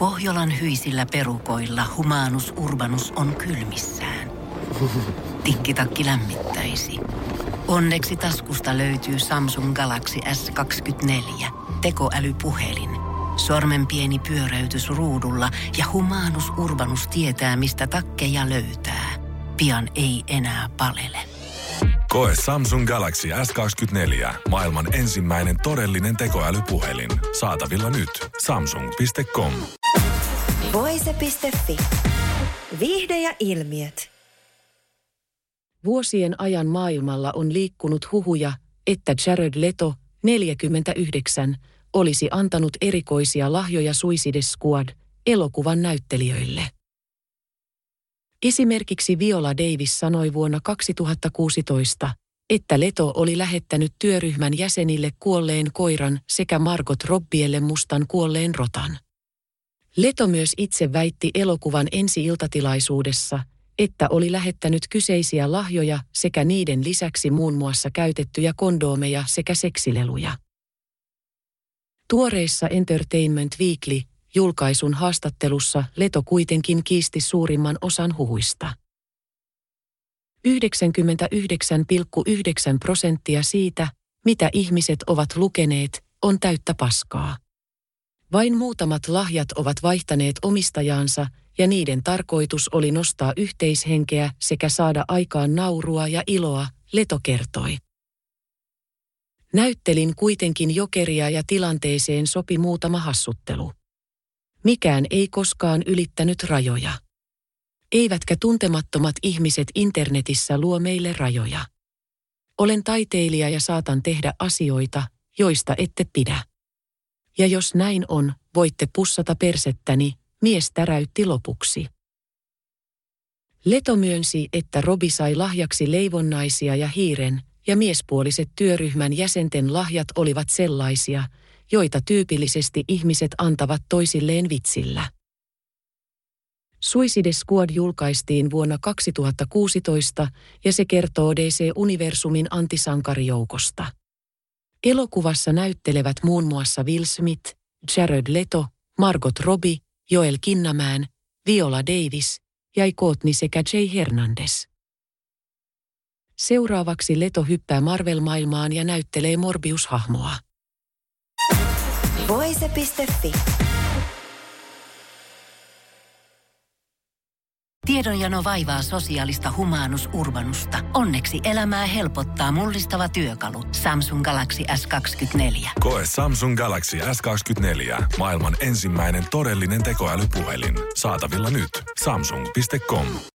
Pohjolan hyisillä perukoilla Humanus Urbanus on kylmissään. Tikkitakki lämmittäisi. Onneksi taskusta löytyy Samsung Galaxy S24. Tekoälypuhelin. Sormen pieni pyöräytys ruudulla ja Humanus Urbanus tietää, mistä takkeja löytää. Pian ei enää palele. Koe Samsung Galaxy S24. Maailman ensimmäinen todellinen tekoälypuhelin. Saatavilla nyt. Samsung.com. Voise.fi. Viihde ja ilmiöt. Vuosien ajan maailmalla on liikkunut huhuja, että Jared Leto, 49, olisi antanut erikoisia lahjoja Suicide Squad-elokuvan näyttelijöille. Esimerkiksi Viola Davis sanoi vuonna 2016, että Leto oli lähettänyt työryhmän jäsenille kuolleen koiran sekä Margot Robbielle mustan kuolleen rotan. Leto myös itse väitti elokuvan ensi-iltatilaisuudessa, että oli lähettänyt kyseisiä lahjoja sekä niiden lisäksi muun muassa käytettyjä kondoomeja sekä seksileluja. Tuoreissa Entertainment Weekly julkaisun haastattelussa Leto kuitenkin kiisti suurimman osan huhuista. 99,9% siitä, mitä ihmiset ovat lukeneet, on täyttä paskaa. Vain muutamat lahjat ovat vaihtaneet omistajaansa ja niiden tarkoitus oli nostaa yhteishenkeä sekä saada aikaan naurua ja iloa, Leto kertoi. Näyttelin kuitenkin jokeria ja tilanteeseen sopi muutama hassuttelu. Mikään ei koskaan ylittänyt rajoja. Eivätkä tuntemattomat ihmiset internetissä luo meille rajoja. Olen taiteilija ja saatan tehdä asioita, joista ette pidä. Ja jos näin on, voitte pussata persettäni, mies täräytti lopuksi. Leto myönsi, että Robbie sai lahjaksi leivonnaisia ja hiiren, ja miespuoliset työryhmän jäsenten lahjat olivat sellaisia, joita tyypillisesti ihmiset antavat toisilleen vitsillä. Suicide Squad julkaistiin vuonna 2016 ja se kertoo DC-universumin antisankarijoukosta. Elokuvassa näyttelevät muun muassa Will Smith, Jared Leto, Margot Robbie, Joel Kinnaman, Viola Davis, Jai Courtney sekä Jay Hernandez. Seuraavaksi Leto hyppää Marvel-maailmaan ja näyttelee Morbius-hahmoa. Voise.fi. Tiedonjano vaivaa sosiaalista Humanus Urbanusta. Onneksi elämää helpottaa mullistava työkalu. Samsung Galaxy S24. Koe Samsung Galaxy S24. Maailman ensimmäinen todellinen tekoälypuhelin. Saatavilla nyt. Samsung.com.